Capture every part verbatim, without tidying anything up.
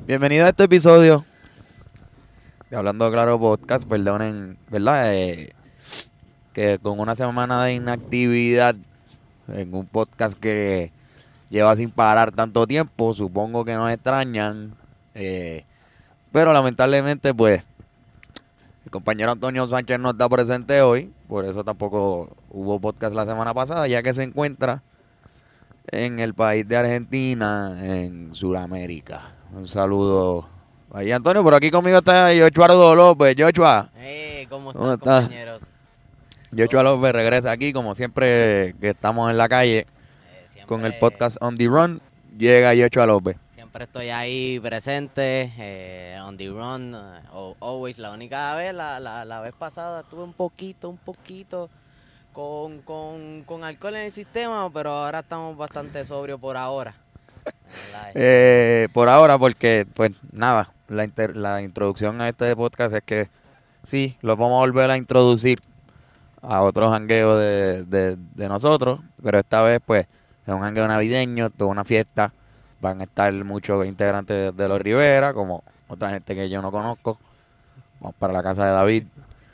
Bienvenido a este episodio de Hablando Claro Podcast. Perdonen, ¿verdad? Eh, que con una semana de inactividad en un podcast que lleva sin parar tanto tiempo, supongo que nos extrañan. Eh, pero lamentablemente, pues, el compañero Antonio Sánchez no está presente hoy, por eso tampoco hubo podcast la semana pasada, ya que se encuentra en el país de Argentina, en Sudamérica. Un saludo ahí, Antonio. Por aquí conmigo está Joshua Rodolfo López. Joshua. Hey, ¿cómo están, ¿Cómo estás? compañeros? Joshua López regresa aquí, como siempre que estamos en la calle Eh, siempre, con el podcast On The Run. Llega Joshua López. Siempre estoy ahí presente, eh, on the run, uh, always. La única vez, la, la, la vez pasada, estuve un poquito, un poquito con, con, con alcohol en el sistema, pero ahora estamos bastante sobrios por ahora. Eh, por ahora, porque, pues nada, la, inter- la introducción a este podcast es que sí, los vamos a volver a introducir a otros jangueos de, de, de nosotros, pero esta vez, pues, es un jangueo navideño, toda una fiesta. Van a estar muchos integrantes de, de los Rivera, como otra gente que yo no conozco. Vamos para la casa de David.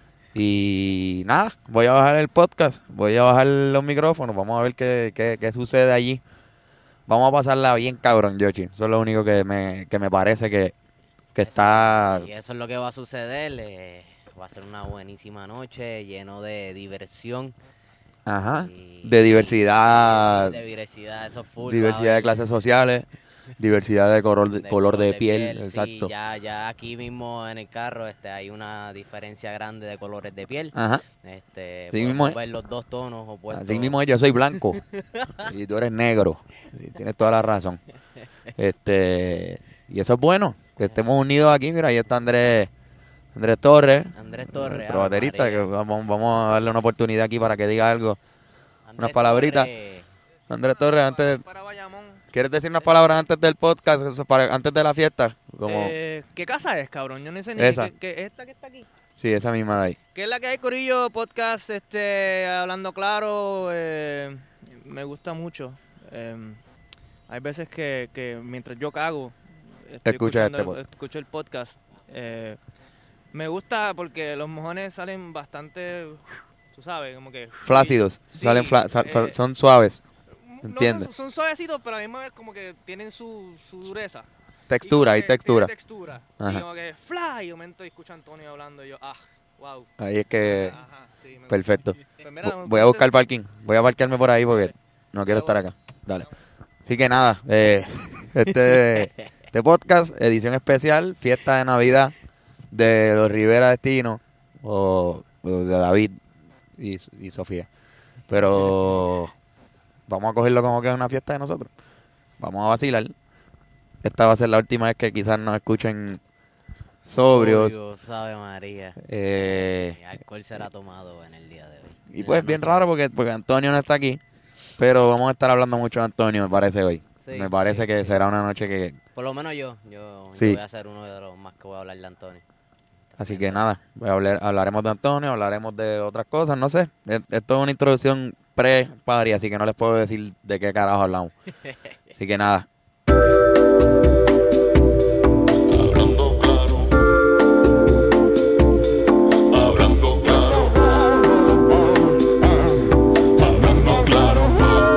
Y nada, voy a bajar el podcast, voy a bajar los micrófonos, vamos a ver qué, qué, qué sucede allí. Vamos a pasarla bien cabrón, Yoshi. Eso es lo único que me, que me parece que, que Eso, está... Y eso es lo que va a suceder. eh, va a ser una buenísima noche, lleno de diversión. Ajá, y- de diversidad, y- sí, de diversidad, eso full. diversidad va a de haber- clases sociales, diversidad de color de, de color de piel, sí, exacto. ya, ya aquí mismo en el carro este, hay una diferencia grande de colores de piel. Ajá, Este, Así podemos mismo es. ver los dos tonos opuestos. así mismo es, yo soy blanco y tú eres negro. Y tienes toda la razón. Este, y eso es bueno, que estemos unidos aquí. Mira, ahí está Andrés, Andrés Torres, Andrés Torres, nuestro Ave baterista, María. que vamos, vamos a darle una oportunidad aquí para que diga algo. Andrés unas palabritas. Torres. Andrés Torres, antes de- Para Bayamón. ¿quieres decir unas palabras antes del podcast, eso para- antes de la fiesta? Como, Eh, ¿Qué casa es, cabrón? Yo no sé ni Esa. qué, qué- esta que está aquí. sí, esa misma de ahí. ¿Qué es la que hay, Corillo? Podcast, este, hablando claro. eh, me gusta mucho. Eh, hay veces que, que mientras yo cago, estoy Escucha escuchando este el- podcast. escucho el podcast. Eh, me gusta porque los mojones salen bastante, tú sabes, como que... Flácidos, Sí, salen fla- sa- eh, fa- son suaves, no, entiende. son, son suavecitos, pero a la misma vez como que tienen su, su dureza. textura, hay Y como que textura. tiene textura. Ajá. Y como que fly, y de momento escucho a Antonio hablando y yo, ah, wow. Ahí es que, Ajá, sí, me gusta. perfecto. Pues mira, Vo- Voy a buscar parking, voy a parquearme por ahí porque no quiero estar acá. Dale. Así que nada, eh, este, este podcast, edición especial, fiesta de Navidad de los Rivera Destino, o, o de David y, y Sofía. Pero vamos a cogerlo como que es una fiesta de nosotros. Vamos a vacilar. Esta va a ser la última vez que quizás nos escuchen sobrios. Sobrio, sabe María. Eh, El alcohol será tomado en el día de hoy. y En pues la bien noche. raro porque, porque Antonio no está aquí. Pero vamos a estar hablando mucho de Antonio, me parece hoy. Sí, me parece sí, que sí. será una noche que... Por lo menos yo, yo, yo Sí. voy a ser uno de los más que voy a hablar de Antonio. Así que nada, voy a hablar, hablaremos de Antonio, hablaremos de otras cosas, no sé. E- Esto es una introducción pre-party, así que no les puedo decir de qué carajo hablamos. Así que nada. Hablando claro, hablando claro, hablando claro.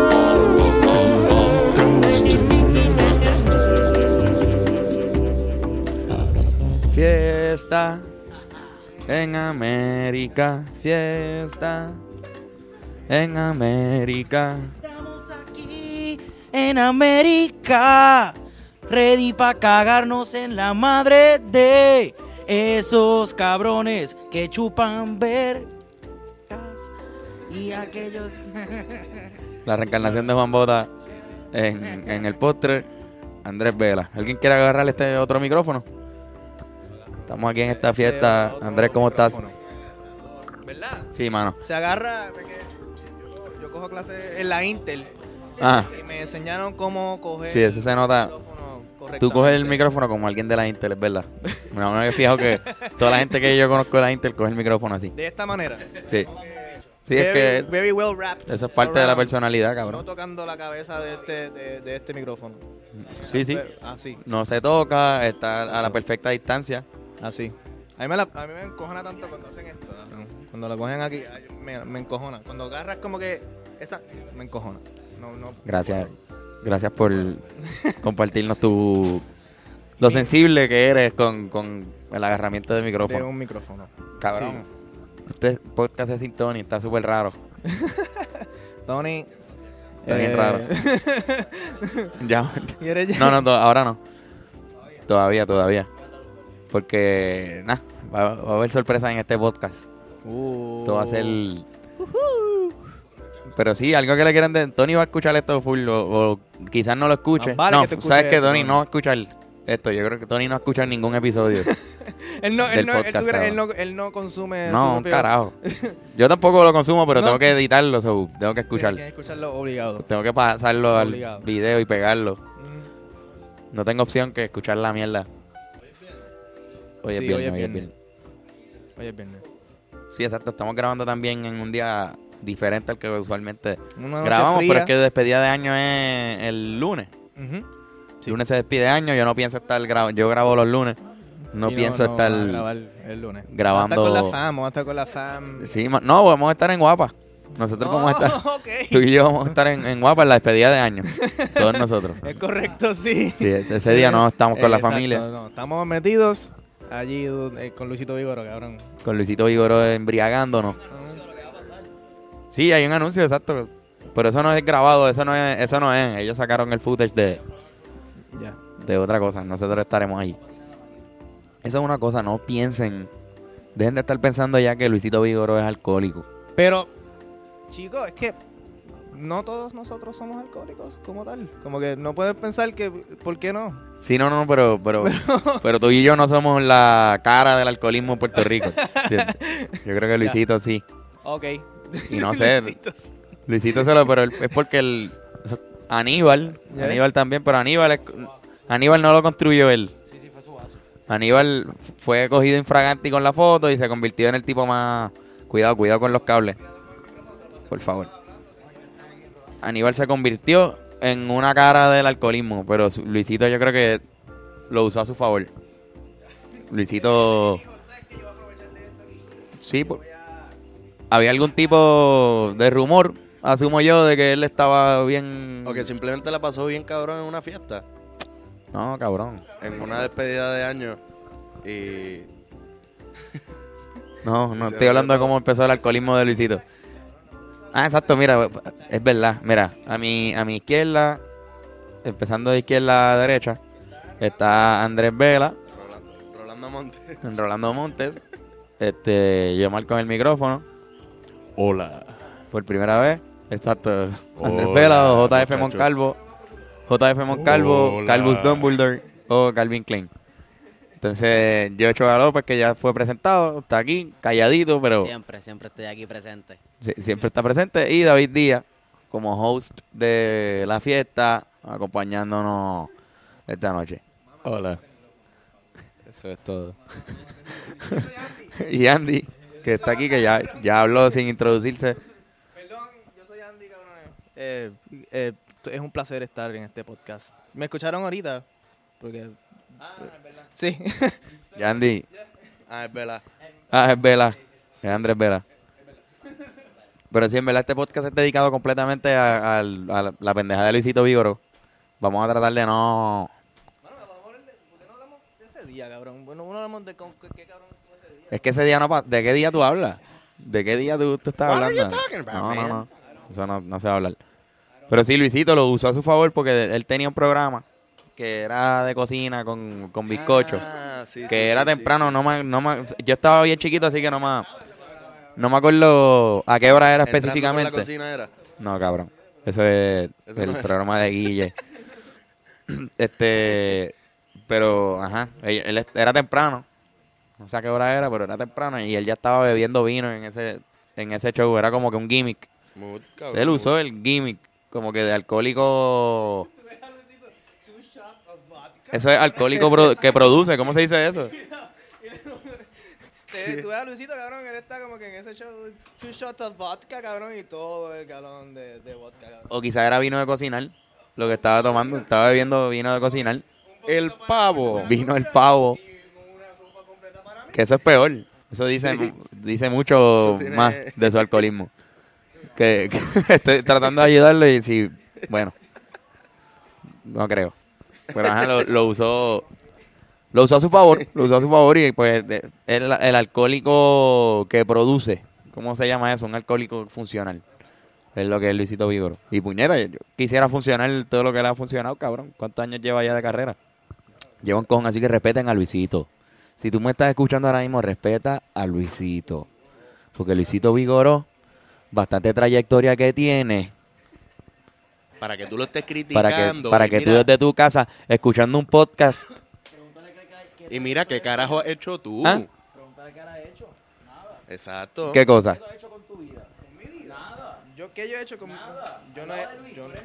Fiesta en América, fiesta en América. Estamos aquí en América, ready pa' cagarnos en la madre de esos cabrones que chupan vergas y aquellos... La reencarnación de Juan Bota en, en el postre, Andrés Vela. ¿Alguien quiere agarrarle este otro micrófono? Estamos aquí en esta fiesta. Andrés, ¿cómo estás? ¿Verdad? Sí, mano. Se agarra, porque yo, yo cojo clases en la Intel Ah, y me enseñaron cómo coger sí, eso se nota. el micrófono Tú correctamente. coges el micrófono como alguien de la Intel, es verdad. Me he fijado que toda la gente que yo conozco de la Intel coge el micrófono así. De esta manera. Sí. Sí, es very, que very well wrapped eso es parte de la around, personalidad, no cabrón. tocando la cabeza de este, de, de este micrófono. Sí, sí. Así, No se toca, está a la perfecta distancia. así. A mí, me la, a mí me encojona tanto cuando hacen esto. ¿no? Cuando lo cogen aquí, ay, me, me encojona. Cuando agarras como que esa, me encojona. No, no. Gracias. Gracias por compartirnos tu lo sensible que eres con, con el agarramiento del De micrófono. un micrófono. Cabrón. Este podcast es sin Tony, está súper raro. Tony. Está bien raro. Ya. ¿Quieres ya? No, no, to- ahora no. Todavía, todavía. Porque, nada, va, va a haber sorpresas en este podcast. Uh. Todo va a ser... Pero sí, algo que le quieran de... Tony va a escuchar esto full o, o quizás no lo escuche. Más vale no, que te escuche sabes que esto, Tony Tony. no va a escuchar esto. Yo creo que Tony no va a escuchar ningún episodio. Él no, del él no, él, podcast, tú crees- él cabrón. no, él no consume No, su un propio- carajo. Yo tampoco lo consumo, pero No. tengo que editarlo, so, tengo que escucharlo. Tienes que escucharlo obligado. Tengo que pasarlo al Obligado. video y pegarlo. Mm. No tengo opción que escuchar la mierda. Hoy es Sí, viernes, hoy es hoy es viernes. viernes. Hoy es viernes. Sí, exacto. Estamos grabando también en un día diferente al que usualmente Una noche grabamos, fría. pero es que despedida de año es el lunes. Ujú. El lunes se despide de año, yo no pienso estar grabando. Yo grabo los lunes. No Y pienso no estar... vas a grabar el lunes. grabando- Vamos a estar con la fam, vamos a estar con la fam. Sí, ma- no, vamos a estar en Guapa. Nosotros Oh, vamos a estar... ok. Tú y yo vamos a estar en, en Guapa en la despedida de año. Todos nosotros. Es correcto, sí. Sí, ese, ese día no estamos con la Exacto, familia. no, estamos metidos allí eh, con Luisito Vigoro, cabrón. Con Luisito Vigoro embriagándonos. Sí, hay un anuncio, exacto. Pero eso no es grabado, eso no es, eso no es. Ellos sacaron el footage de, Ya. de otra cosa. Nosotros estaremos ahí. Eso es una cosa, no piensen. Dejen de estar pensando ya que Luisito Vigoro es alcohólico. Pero, chicos, es que no todos nosotros somos alcohólicos como tal. Como que no puedes pensar que, ¿por qué no? Sí, no, no, pero, pero, pero tú y yo no somos la cara del alcoholismo en Puerto Rico. ¿Entiendes? Yo creo que Luisito sí. Ok. Y no sé. Luisitos. Luisito solo, pero él- es porque el eso- Aníbal, ¿Ya? Aníbal también, pero Aníbal es- Aníbal no lo construyó él. Sí, sí, fue su vaso. Aníbal fue cogido infraganti con la foto y se convirtió en el tipo más... Cuidado, cuidado con los cables. Por favor. Aníbal se convirtió en una cara del alcoholismo, pero su- Luisito yo creo que lo usó a su favor. Luisito... Sí, pues, había algún tipo de rumor, asumo yo, de que él estaba bien... O que simplemente la pasó bien cabrón en una fiesta, No, cabrón. en una despedida de año. Y No, no Se estoy ve hablando de todo. cómo empezó el alcoholismo de Luisito. Ah, exacto, mira, es verdad. Mira, a mi, a mi izquierda, empezando de izquierda a derecha, está Andrés Vela, Rolando, Rolando Montes. Rolando Montes. Este, yo marco en el micrófono Hola. por primera vez. Exacto. Andrés Hola, Vela o J F muchachos. Moncalvo. J F Moncalvo, Hola. Calvus Dumbledore o Calvin Klein. Entonces, yo Choa López, que ya fue presentado, está aquí, calladito, pero Siempre, siempre estoy aquí presente. sí, siempre está presente. Y David Díaz, como host de la fiesta, acompañándonos esta noche. Hola. Eso es todo. Y Andy, que está aquí, que ya, ya habló sin introducirse. Perdón, yo soy Andy, cabrones. Eh, eh, es un placer estar en este podcast. ¿Me escucharon ahorita? Porque... Ah, es verdad. Sí. Y Andy, Ah, es verdad. ah, es Vela, es Andrés Vela. Pero sí, en verdad, este podcast es dedicado completamente a, al- a la, la pendeja de Luisito Vigoro. Vamos a tratar de no... Bueno, vamos a hablar de... ¿Por qué no hablamos de ese día, cabrón? Bueno, no hablamos de con, qué, qué cabrón fue ese día. Es que ese día no pasa. ¿De qué día tú hablas? ¿De qué día tú, tú estás What are hablando? you talking about, no, no, man? no. Eso no, no se va a hablar. Pero sí, Luisito lo usó a su favor porque él tenía un programa que era de cocina con, con bizcocho. Ah, sí, que sí, era sí, temprano, sí, no me, no me- yo estaba bien chiquito, así que no me, no me acuerdo a qué hora era Entrando por específicamente. la cocina era. No, cabrón. Eso es Eso el no es. programa de Guille. este, pero, ajá, él, él est- era temprano. No sé a qué hora era, pero era temprano y él ya estaba bebiendo vino en ese, en ese show. Era como que un gimmick. Muy O sea, cabrón. él usó el gimmick como que de alcohólico. Eso es alcohólico pro- que produce. ¿Cómo se dice eso? Te- Tú ves a Luisito, cabrón, él está como que en ese show, two shots of vodka, cabrón, y todo el galón de, de vodka, cabrón. O quizá era vino de cocinar. lo que estaba tomando. Estaba bebiendo vino de cocinar. El pavo. Vino el pavo. Que eso es peor. Eso dice, Sí. dice mucho Eso tiene- más de su alcoholismo. Que, que estoy tratando de ayudarlo y si, bueno, no creo. Pero ajá, lo, lo usó, lo usó a su favor, lo usó a su favor y pues de- el, el alcohólico que produce, ¿cómo se llama eso? Un alcohólico funcional. Es lo que es Luisito Vigoro. Y puñeta, yo quisiera funcionar todo lo que le ha funcionado, cabrón. ¿Cuántos años lleva ya de carrera? Lleva un cojón, así que respeten a Luisito. Si tú me estás escuchando ahora mismo, respeta a Luisito. Porque Luisito Vigoro, bastante trayectoria que tiene Para que tú lo estés para criticando. que, para y que tú mira- desde tu casa, escuchando un podcast, Y mira, ¿qué carajo has hecho tú? ¿Ah? Pregúntale qué le ha hecho. Exacto. ¿qué cosa? ¿Qué has hecho con tu vida? ¿Yo qué yo he hecho con yo no he, yo no-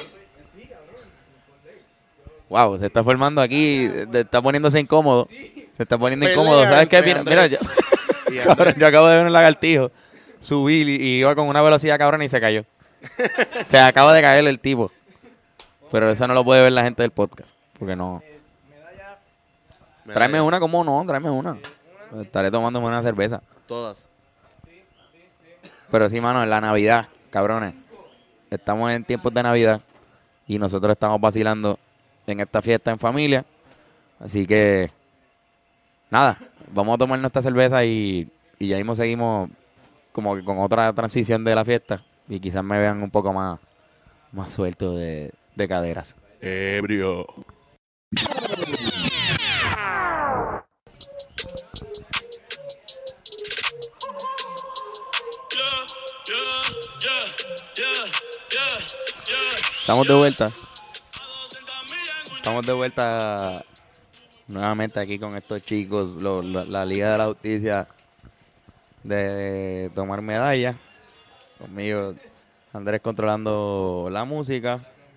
Wow, se está formando aquí, de- está poniéndose incómodo. Se está poniendo Pelea incómodo. ¿Sabes qué? entre Mira, mira, yo, Andrés y cabrón, Andrés. yo acabo de ver un lagartijo subir y, y iba con una velocidad cabrón y se cayó. Se acaba de caer el tipo. Pero eso no lo puede ver la gente del podcast. Porque no. Mira, Tráeme ya. una, ¿cómo no? Tráeme una. Estaré tomándome una cerveza. Todas. Pero sí, mano, en la Navidad, cabrones. Estamos en tiempos de Navidad y nosotros estamos vacilando en esta fiesta en familia. Así que, nada, vamos a tomar nuestra cerveza y, y ya mismo seguimos como que con otra transición de la fiesta. Y quizás me vean un poco más, más suelto de, de caderas. Ebrio. Estamos de vuelta. Estamos de vuelta nuevamente aquí con estos chicos, lo- la, la Liga de la Justicia de tomar medallas. Conmigo, Andrés controlando la música.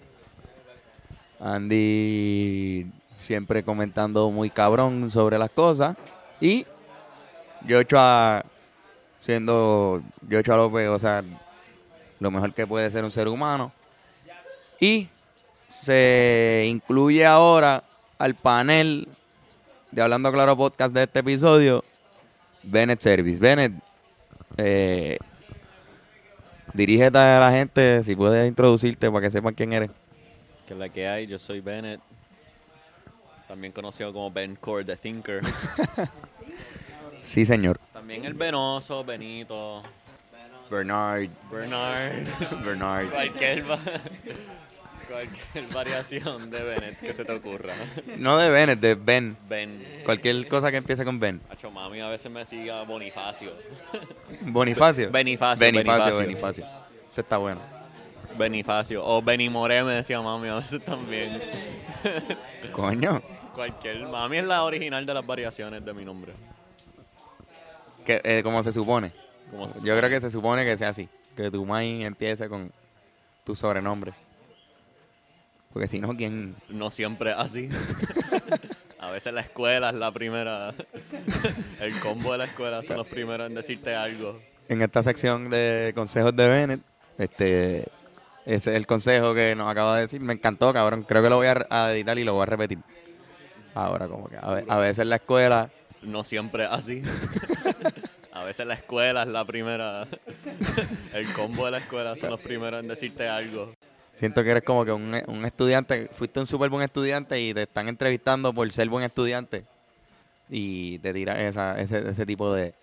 Andy siempre comentando muy cabrón sobre las cosas. Y Yochoa siendo Yochoa López, o sea, lo mejor que puede ser un ser humano. Y se incluye ahora al panel de Hablando Claro Podcast de este episodio, Bennett Service. Bennett, eh, dirígete a la gente, si puedes introducirte para que sepan quién eres. Que es la que hay, yo soy Bennett, también conocido como Ben Core the Thinker. Sí, señor. También el Venoso, Benito, Bernard. Bernard, Bernard. cualquier, va- cualquier variación de Bennett que se te ocurra. No de Bennett, de Ben. Ben, Cualquier cosa que empiece con Ben. Hacho, mami a veces me sigue a Bonifacio. Bonifacio. Benifacio, Benifacio, Benifacio. Benifacio. Eso está bueno. Benifacio. O Benimoré me decía mami a veces también. Coño. Cualquier, mami es la original de las variaciones de mi nombre. Que, eh, como se supone. Como se Yo creo que se supone que sea así. Que tu main empiece con tu sobrenombre. Porque si no, ¿quién? No siempre es así. A veces la escuela es la primera. El combo de la escuela son los primeros en decirte algo. En esta sección de consejos de Bennett, este, ese es el consejo que nos acaba de decir. Me encantó, cabrón. Creo que lo voy a, a editar y lo voy a repetir. Ahora, como que a, ve- a veces la escuela... No siempre es así. A veces la escuela es la primera. El combo de la escuela son los primeros en decirte algo. Siento que eres como que un, un estudiante, fuiste un súper buen estudiante y te están entrevistando por ser buen estudiante. Y te tiras esa, ese, ese tipo de...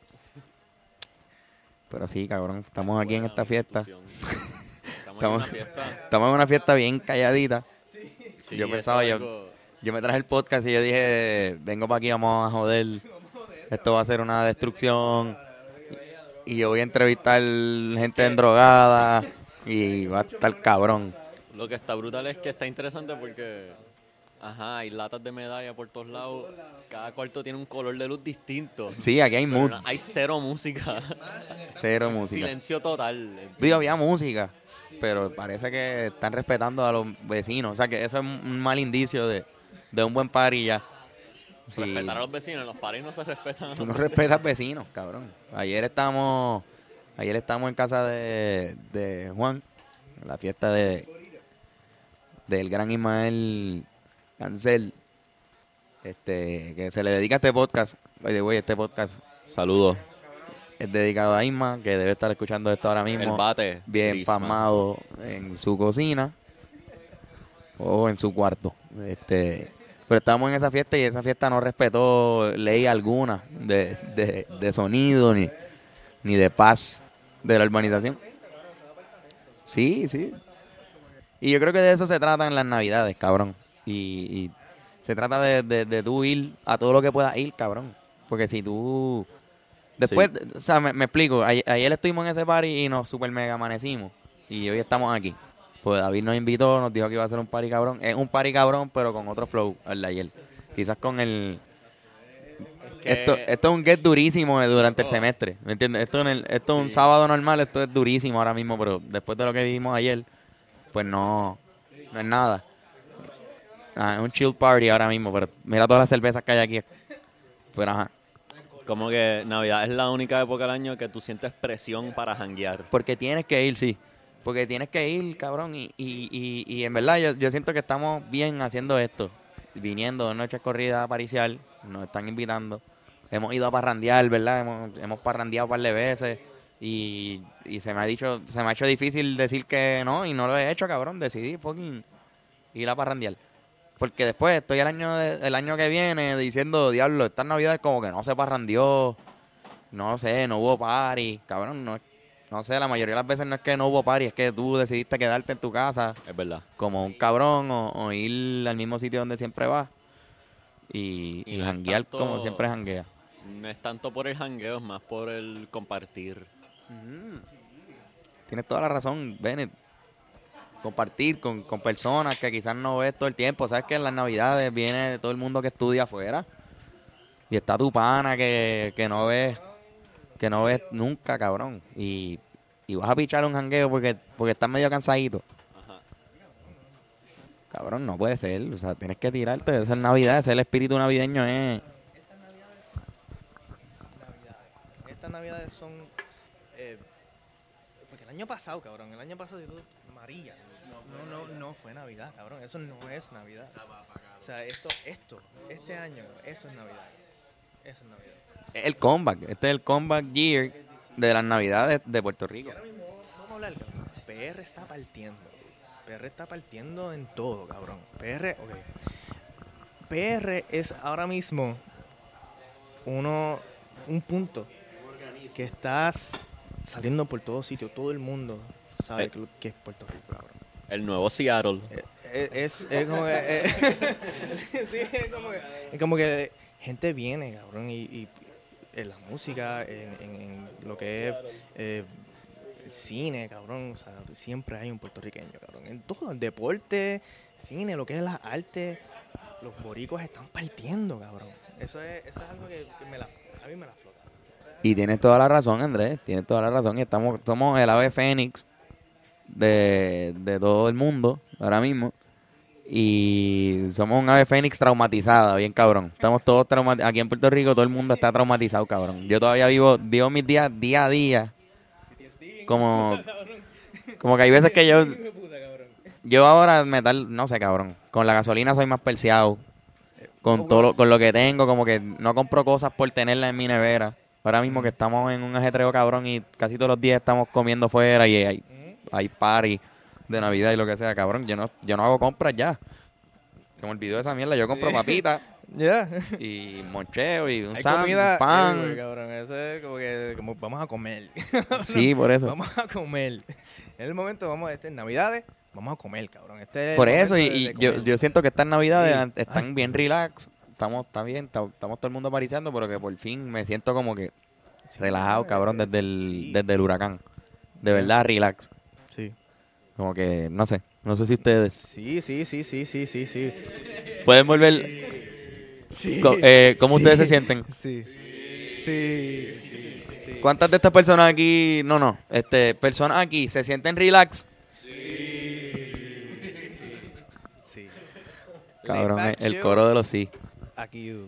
Pero sí, cabrón, estamos aquí en esta fiesta. Estamos, Estamos- en una fiesta. Estamos en una fiesta bien calladita. Sí, Yo eso pensaba, es yo- algo- Yo me traje el podcast y yo dije, vengo para aquí, vamos a joder. Esto va a ser una destrucción. Y yo voy a entrevistar gente endrogada y va a estar cabrón. Lo que está brutal es que está interesante porque, ajá, hay latas de medalla por todos lados. Cada cuarto tiene un color de luz distinto. Sí, aquí hay Pero mood, no- hay cero música. cero música. Silencio total. Digo, había música, pero parece que están respetando a los vecinos. O sea, que eso es un mal indicio de, de un buen party ya. Sí. Respetar a los vecinos. En los paris no se respetan. a Tú los no vecinos. respetas vecinos, cabrón. Ayer estamos, ayer estamos en casa de, de Juan, en la fiesta de del gran Ismael Cancel, este, que se le dedica a este podcast. By the way, este podcast Saludos. es dedicado a Isma, que debe estar escuchando esto ahora mismo. El bate. Bien Grisman. pasmado en su cocina o en su cuarto. Este, pero estábamos en esa fiesta y esa fiesta no respetó ley alguna de, de, de sonido ni, ni de paz de la urbanización. Sí, sí. Y yo creo que de eso se trata en las Navidades, cabrón. Y, y se trata de, de, de tú ir a todo lo que puedas ir, cabrón. Porque si tú... Después, o sea, me, me explico. Ayer, ayer estuvimos en ese party y nos super mega amanecimos. Y hoy estamos aquí. Pues David nos invitó, nos dijo que iba a ser un party cabrón. Es un party cabrón, pero con otro flow, el de ayer. Quizás con el... que- Esto, esto es un get durísimo de- durante el semestre, ¿me entiendes? Esto, en el, esto es un sábado normal, esto es durísimo ahora mismo, pero después de lo que vivimos ayer, pues no, no es nada. Ah, es un chill party ahora mismo, pero mira todas las cervezas que hay aquí. Pero ajá, Como que Navidad es la única época del año que tú sientes presión para janguear. porque tienes que ir, sí. Porque tienes que ir, cabrón, y, y, y, y en verdad yo, yo siento que estamos bien haciendo esto. Viniendo de noches corridas a pariciar, nos están invitando. Hemos ido a parrandear, ¿verdad? Hemos, hemos parrandeado un par de veces y, y se me ha dicho, se me ha hecho difícil decir que no y no lo he hecho, cabrón. Decidí fucking ir a parrandear. Porque después estoy el año de- el año que viene diciendo, diablo, estas navidades como que no se parrandeó, no sé, no hubo party, cabrón, no, no sé, la mayoría de las veces no es que no hubo party, es que tú decidiste quedarte en tu casa Es verdad. como un cabrón o, o ir al mismo sitio donde siempre vas y, Y y no es janguear tanto- como siempre janguea. No es tanto por el jangueo, es más por el compartir. Tienes toda la razón, Bennett. Compartir con, con personas que quizás no ves todo el tiempo. Sabes que en las navidades viene todo el mundo que estudia afuera y está tu pana que, que no ves que no ves nunca, cabrón. Y, y vas a pichar un jangueo porque, porque estás medio cansadito. Cabrón, no puede ser. O sea, tienes que tirarte. Esa es Navidad, ese es el espíritu navideño. Es... Estas navidades son... eh, porque el año pasado, cabrón, el año pasado todo María. No, no, no, no fue Navidad, cabrón. Eso no es Navidad. O sea, esto, esto, este año, eso es Navidad. Eso es Navidad. el comeback. Este es el comeback year de las navidades de Puerto Rico. Y ahora mismo vamos a hablar, cabrón. P R está partiendo. P R está partiendo en todo, cabrón. P R, ok. P R es ahora mismo uno, un punto que estás saliendo por todos sitios. Todo el mundo sabe Eh. que, que es Puerto Rico, cabrón. El nuevo Seattle. Eh, Es, es, es como que... eh, sí, es como que... Es como que gente viene, cabrón, y, y en la música, en, en- en lo que es eh, cine, cabrón, o sea, siempre hay un puertorriqueño, cabrón. En todo, en deporte, cine, lo que es las artes, los boricos están partiendo, cabrón. Eso es, eso es algo que, que me la, a mí me la explota. Y tienes toda la razón, Andrés. Tienes toda la razón. Y estamos, somos el ave fénix de, de todo el mundo ahora mismo. Y somos un ave fénix traumatizada, bien cabrón. Estamos todos traumatizados. Aquí en Puerto Rico todo el mundo está traumatizado, cabrón. Yo todavía vivo, vivo mis días día a día. Como, como que hay veces que yo... Yo ahora metal, no sé, cabrón. Con la gasolina soy más perseado. Con todo lo, con lo que tengo, como que no compro cosas por tenerla en mi nevera. Ahora mismo que estamos en un ajetreo cabrón y casi todos los días estamos comiendo fuera y hay, hay party de Navidad y lo que sea, cabrón. Yo no, yo no hago compras ya. Se me olvidó esa mierda. Yo compro papitas Ya. y moncheo y un Hay sándwich, comida, pan. everywhere, cabrón. Eso es como que como vamos a comer. Sí, por eso. Vamos a comer. En el momento vamos a este en Navidades, vamos a comer, cabrón. Este es Por el eso, y, momento de- y de yo, comer. yo siento que estas navidades Sí. an- están Ay. bien relax. Estamos, está bien, está- estamos todo el mundo pariciando, pero que por fin me siento como que Sí, relajado, eh, cabrón, desde el, sí. desde el huracán. De verdad, relax. Sí. Como que, no sé, no sé si ustedes Sí, sí, sí, sí, sí, sí, sí. pueden volver. Sí. Co- eh, ¿Cómo Sí. ustedes se sienten? Sí. Sí. Sí. sí. ¿Cuántas de estas personas aquí, no, no, este, personas aquí se sienten relax? Sí. Cabrón, Laid back, el chill. coro de los sí. Aquí, dude.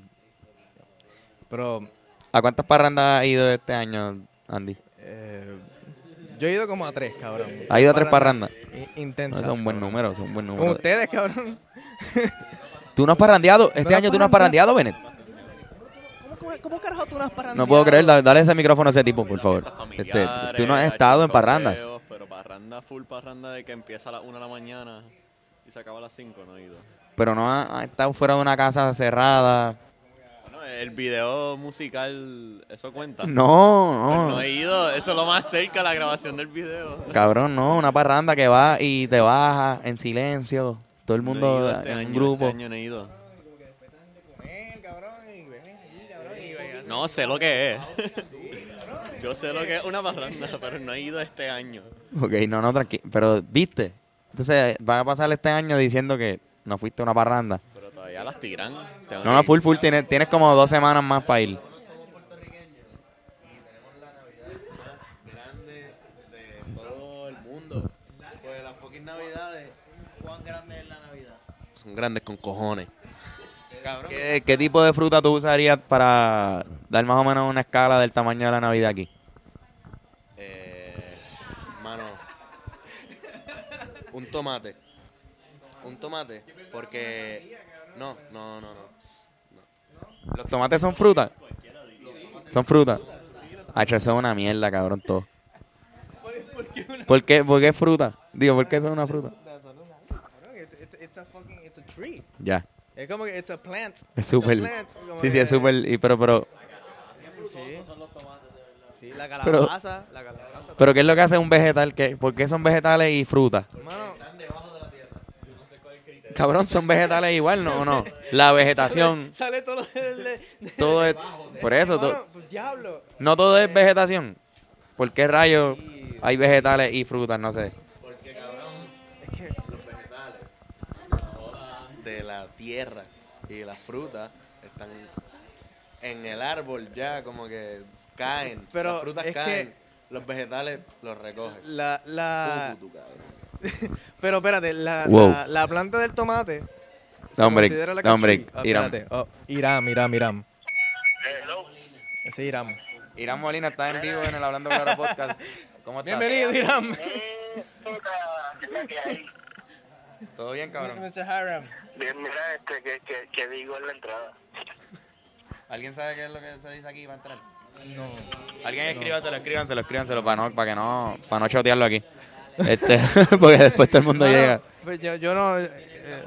Pero ¿A cuántas parrandas has ido este año, Andy? eh, Yo he ido como a tres, cabrón. ¿Has ido a tres parrandas? I- Intensas. No, eso es un buen cabrón. número, eso es un buen Con número. ustedes, cabrón. ¿Tú no has parrandeado? ¿Este ¿No año has tú no has parrandeado, Bennett? ¿Cómo, cómo, cómo carajo tú no has parrandeado? No puedo creer, da- dale ese micrófono a ese tipo, por favor. Este, Familiares, tú no has hay estado en chicos parrandas. feos, Pero parranda, full parranda de que empieza a las una de la mañana y se acaba a las cinco, no he ido. Pero no has has estado fuera de una casa cerrada. Bueno, el video musical, ¿eso cuenta? No, Pues no. no he ido, eso es lo más cerca a la grabación del video. Cabrón, no, una parranda que va y te baja en silencio. Todo el No he mundo ido este en año, un grupo. Este año no he ido. Comer, cabrón, y beber aquí, cabrón, y beber. No, sé lo que es. Yo sé lo que es una parranda, pero no he ido este año. Ok, no, no, tranquilo. Pero, ¿viste? Entonces, va a pasar este año diciendo que no fuiste a una parranda. Pero todavía las tiran. Tengo No, que no, ir. full, full. Tienes, tienes como dos semanas más para ir. Grande de todo el mundo. Pues las fucking navidades ¿Cuán grande es la Navidad? son grandes con cojones. Cabrón. ¿Qué, qué tipo de fruta tú usarías para dar más o menos una escala del tamaño de la Navidad aquí? Eh, mano, un tomate. Un tomate. Porque. No, no, no, no. ¿Los tomates son fruta? ¿Son fruta? Ah, eso es una mierda, cabrón, todo. ¿Por qué, ¿Por qué es fruta? Digo, ¿por qué son una fruta? Cabrón, it's, it's, it's a fucking, it's a tree. Ya, Es como que it's a plant. es It's a súper. plant, como Sí, sí, que- es súper. y- Pero, pero, Sí. Sí, la Pero- calabaza, la calabaza. pero, ¿qué es lo que hace un vegetal? ¿Qué, ¿Por qué son vegetales y fruta? Hermano, Cabrón, son vegetales igual, ¿no? ¿O no? La vegetación, sale todo lo de, de- todo es. Por eso, Hermano, to- pues, diablo. no todo es vegetación. ¿Por qué rayos hay vegetales y frutas? No sé. Porque, cabrón, Es que los vegetales de la tierra y las frutas están en el árbol ya, como que caen. Pero las frutas es que- caen. Los vegetales los recoges. la, la, Pupu, cabrón. pero espérate, la, Wow. la, la planta del tomate. se No, hombre, considera like no, a hombre, tree. Ah, Irán. espérate. Oh, Irán, Irán, Irán. Ese es Irán. Irán Molina está en vivo en el Hablando Claro Podcast. ¿Cómo estás? Bienvenido, Irán. ¿Todo bien, cabrón? mister Hiram. Bien, mira, este, que, que, que digo en la entrada. ¿Alguien sabe qué es lo que se dice aquí para entrar? No. Alguien escríbanselo, escríbanselo, escríbanselo para no, para que no, para no chotearlo aquí. Este, porque después todo el mundo Mano, llega. pues yo, yo no. Eh, eh,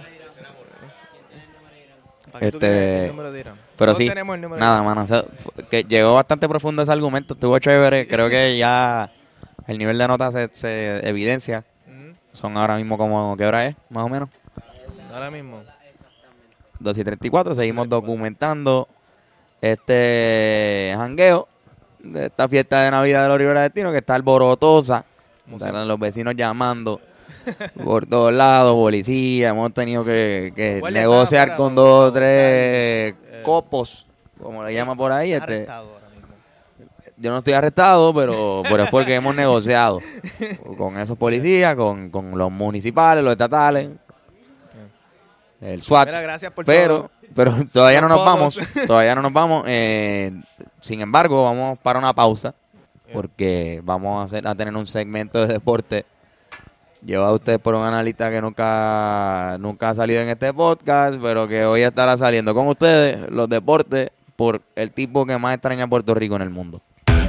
¿para qué tú Este, quieres el número de Irán? Pero Todos sí, tenemos el número de nada, Irán. mano. o sea, fu- que llegó bastante profundo ese argumento, estuvo chévere. Creo que ya el nivel de nota se, se evidencia. Ujú. Son ahora mismo como, ¿qué hora es? Más o menos. Ahora mismo. dos y treinta y cuatro. Seguimos documentando este jangueo de esta fiesta de Navidad de los Rivera Destino que está alborotosa. Museo. Están los vecinos llamando por todos lados, policía. Hemos tenido que, que Guardia negociar está con afuera, dos o vamos a tres buscar, eh, copos, como le llaman por ahí. Este, Arrestado ahora mismo. yo no estoy arrestado, pero, pero es porque hemos negociado con esos policías, con, con los municipales, los estatales, el SWAT. Mira, gracias por Pero, todo. pero todavía no Los nos vamos, votos. todavía no nos vamos. Eh, sin embargo, vamos para una pausa porque vamos a, hacer, a tener un segmento de deporte llevado a ustedes por un analista que nunca, nunca ha salido en este podcast, pero que hoy estará saliendo con ustedes los deportes por el tipo que más extraña a Puerto Rico en el mundo.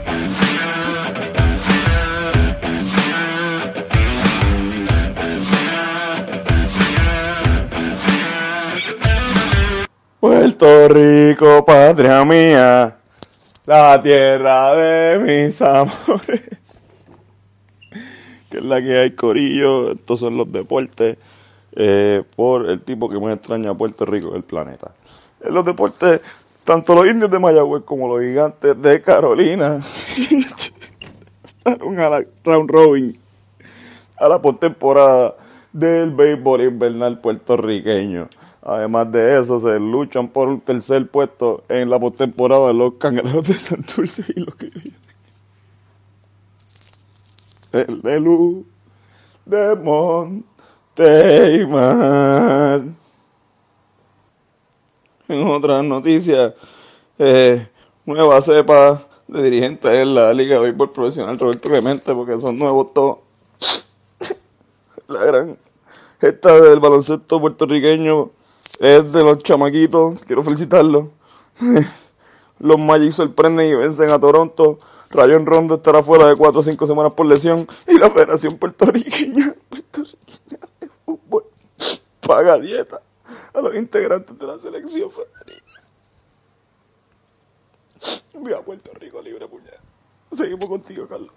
Puerto Rico, patria mía, la tierra de mis amores. Que es la que hay, corillo. Estos son los deportes eh, por el tipo que más extraña a Puerto Rico del planeta. En los deportes, tanto los indios de Mayagüez como los gigantes de Carolina pasaron a la round robin, a la postemporada del béisbol invernal puertorriqueño. Además de eso, se luchan por un tercer puesto en la postemporada de los Cangrejos de Santurce y los Criollos. El de luz de Monteymar. En otras noticias, eh, nueva cepa de dirigente en la Liga de Béisbol Profesional, Roberto Clemente, porque son nuevos todos. La gran gesta del baloncesto puertorriqueño es de los chamaquitos, quiero felicitarlos. Los Magic sorprenden y vencen a Toronto. Rayon Rondo estará fuera de cuatro o cinco semanas por lesión. Y la Federación Puertorriqueña, Puertorriqueña de Fútbol paga dieta a los integrantes de la selección femenina. Viva Puerto Rico libre, puñeta. Seguimos contigo, Carlos.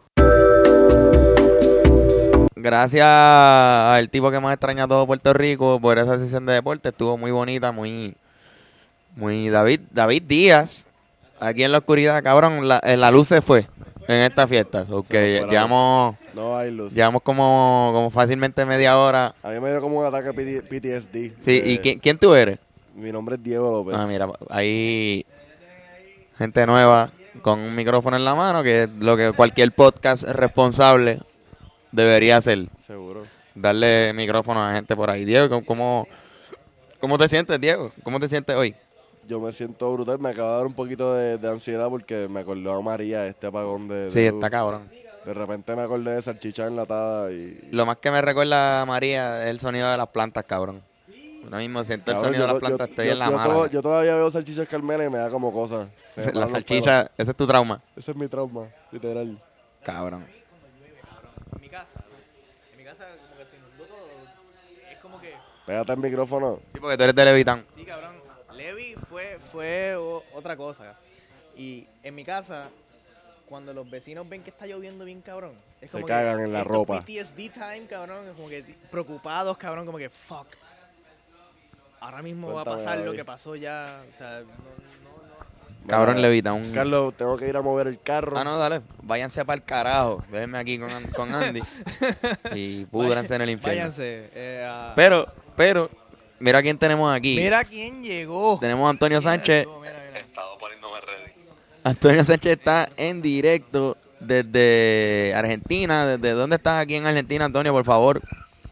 Gracias al tipo que más extraña a todo Puerto Rico por esa sesión de deporte. Estuvo muy bonita, muy... Muy David, David Díaz, aquí en la oscuridad, cabrón, la, la luz se fue en esta fiesta. Okay, llevamos, no hay luz. Llevamos como, como fácilmente media hora. A mí me dio como un ataque P T S D. Sí, eh, ¿y quién, quién tú eres? Mi nombre es Diego López. Ah, mira, hay gente nueva con un micrófono en la mano, que es lo que cualquier podcast responsable debería hacer. Seguro. Darle micrófono a gente por ahí. Diego, ¿cómo, cómo te sientes, Diego? ¿Cómo te sientes hoy? Yo me siento brutal, me acaba de dar un poquito de, de ansiedad porque me acordó a María este apagón de... de sí, luz. está cabrón. De repente me acordé de salchicha enlatada y... Lo más que me recuerda a María es el sonido de las plantas, cabrón. Ahora mismo siento Cabrón, el sonido yo, de las plantas, yo, estoy yo, en la yo mala. to- yo todavía veo salchichas Carmela y me da como cosas. Se me La paran los salchicha, pelos. ese es tu trauma. Ese es mi trauma, literal. Cabrón. En mi casa, en mi casa como que se inundó todo. Es como que... Pégate el micrófono. Sí, porque tú eres de Levitán. Sí, cabrón. Levi fue, fue o- otra cosa. Y en mi casa, cuando los vecinos ven que está lloviendo bien, cabrón, es Se como cagan que en la esto ropa. P T S D time, cabrón, es como que preocupados, cabrón, como que fuck. Ahora mismo va a Cuéntame, pasar lo David. que pasó ya, o sea, no, no, no. Cabrón, Mira, Levitán. Carlos, tengo que ir a mover el carro. Ah, no, dale. Váyanse para el carajo. Déjenme aquí con, con Andy. Y púdranse en el infierno. Váyanse. eh, a- Pero, pero, mira quién tenemos aquí. Mira quién llegó. Tenemos a Antonio Mira, Sánchez. llegó, mira, mira. Estaba poniéndome ready. Antonio Sánchez está en directo desde Argentina. ¿Desde dónde estás aquí en Argentina, Antonio, por favor?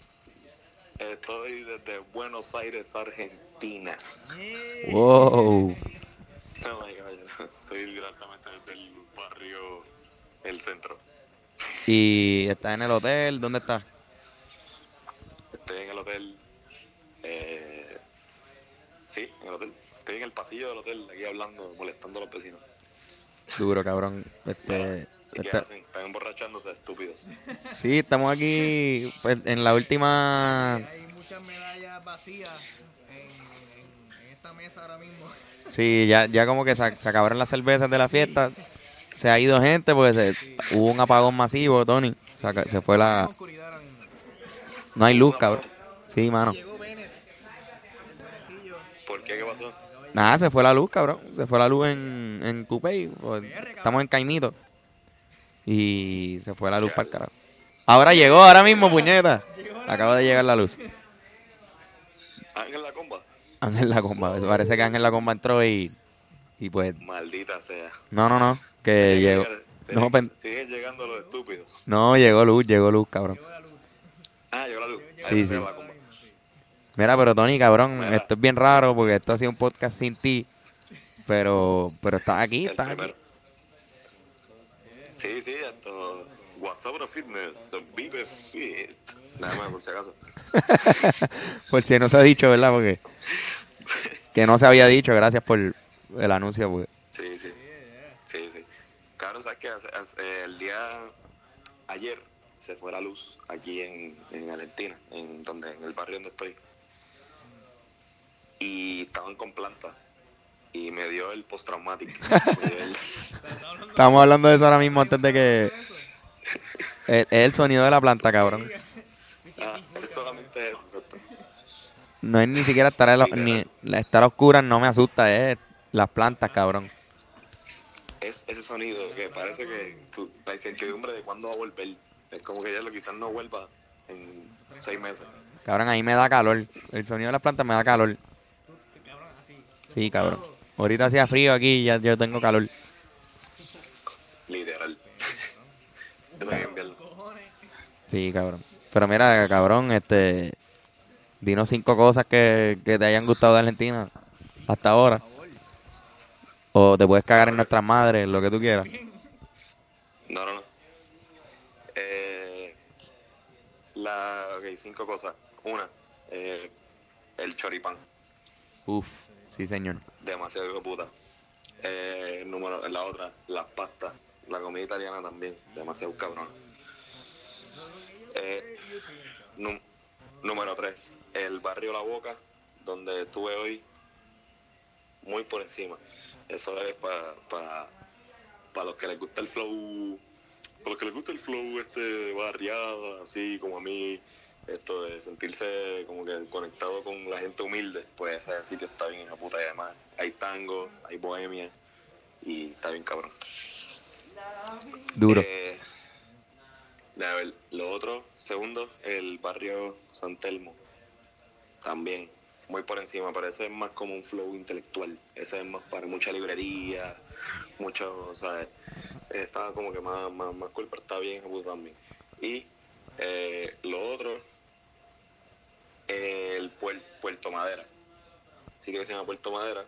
Estoy desde Buenos Aires, Argentina. Wow. No, my God, estoy directamente desde el barrio El Centro. Y estás en el hotel. ¿Dónde estás? Estoy en el hotel. Eh, sí, en el hotel. Estoy en el pasillo del hotel, aquí hablando, molestando a los vecinos. Duro, cabrón. Este, ¿Y qué esta- hacen? Están emborrachándose, estúpidos. sí, estamos aquí pues, en la última... Hay muchas medallas vacías en, en, en esta mesa ahora mismo. Sí, ya, ya como que se, se acabaron las cervezas de la fiesta. Se ha ido gente porque se- hubo un apagón masivo, Tony. Se, aca- se fue la... Oscuridad ahora mismo. No hay luz, cabrón. Sí, mano. Llegó Bennett, el Benecillo. ¿Por qué? ¿Qué pasó? Nada, se fue la luz, cabrón. Se fue la luz en, en Coupey. Pues, estamos en Caimito. Y se fue la luz para el carajo. Ahora llegó, ahora mismo, puñeta. Acaba de llegar la luz. Ángel la comba. Ángel La Comba. Parece que Ángel La Comba entró y... Y pues... Maldita sea. No, no, no. Que llegó... No, pen- Siguen llegando los estúpidos. no, llegó luz, llegó luz, cabrón. Ah, llegó la luz. Ahí Sí, se sí. la comba. Mira, pero Tony, cabrón, Mira. esto es bien raro porque esto ha sido un podcast sin ti. Pero, pero estás aquí, El estás aquí. primero. Sí, sí, esto. WhatsApp Fitness, vive fit. Nada más, por si acaso. Por si no se ha dicho, ¿verdad? Porque que no se había dicho, gracias por el anuncio. Porque... Sí, sí. Sí, sí. Cabrón, ¿sabes qué? Hace- hace- El día ayer se fue la luz aquí en, en Argentina, en donde en el barrio donde estoy. Y estaban con planta. Y me dio el postraumático. Me dio el- Estamos hablando de eso ahora mismo antes de que... Es es el sonido de la planta, cabrón. Ah, es solamente eso. exacto. No es ni siquiera estar, a la- ni, la- estar a oscuras, no me asusta, es las plantas, cabrón. Es ese sonido que parece que tu- la incertidumbre de cuándo va a volver. Es como que ya lo quizás no vuelva en seis meses. Cabrón, ahí me da calor. El sonido de las plantas me da calor. Sí, cabrón. Ahorita hacía frío aquí y ya yo tengo calor. Literal. Eso hay que enviarlo. Sí, cabrón. Pero mira, cabrón, este... Dinos cinco cosas que, que te hayan gustado de Argentina hasta ahora. O te puedes cagar en nuestras madres, lo que tú quieras. No, no, no. Eh, la, ok, cinco cosas. Una, eh, el choripán. Uf, sí, señor. Demasiado hijo de puta. Eh, número, la otra, las pastas. La comida italiana también. Demasiado cabrón. Eh, num- número tres, el barrio La Boca, donde estuve hoy, muy por encima. Eso es para pa, pa los que les gusta el flow, para los que les gusta el flow este barriada, así como a mí, esto de sentirse como que conectado con la gente humilde, pues ese sitio está bien, esa puta, y además hay tango, hay bohemia, y está bien cabrón. Duro. Eh, a ver, lo otro, segundo, el barrio San Telmo, también, muy por encima, pero ese es más como un flow intelectual, ese es más para mucha librería, mucho, o sea, está como que más, más, más cool, pero está bien ejecutado también. Y eh, lo otro, eh, el puer, Puerto Madera, sí que se llama Puerto Madera,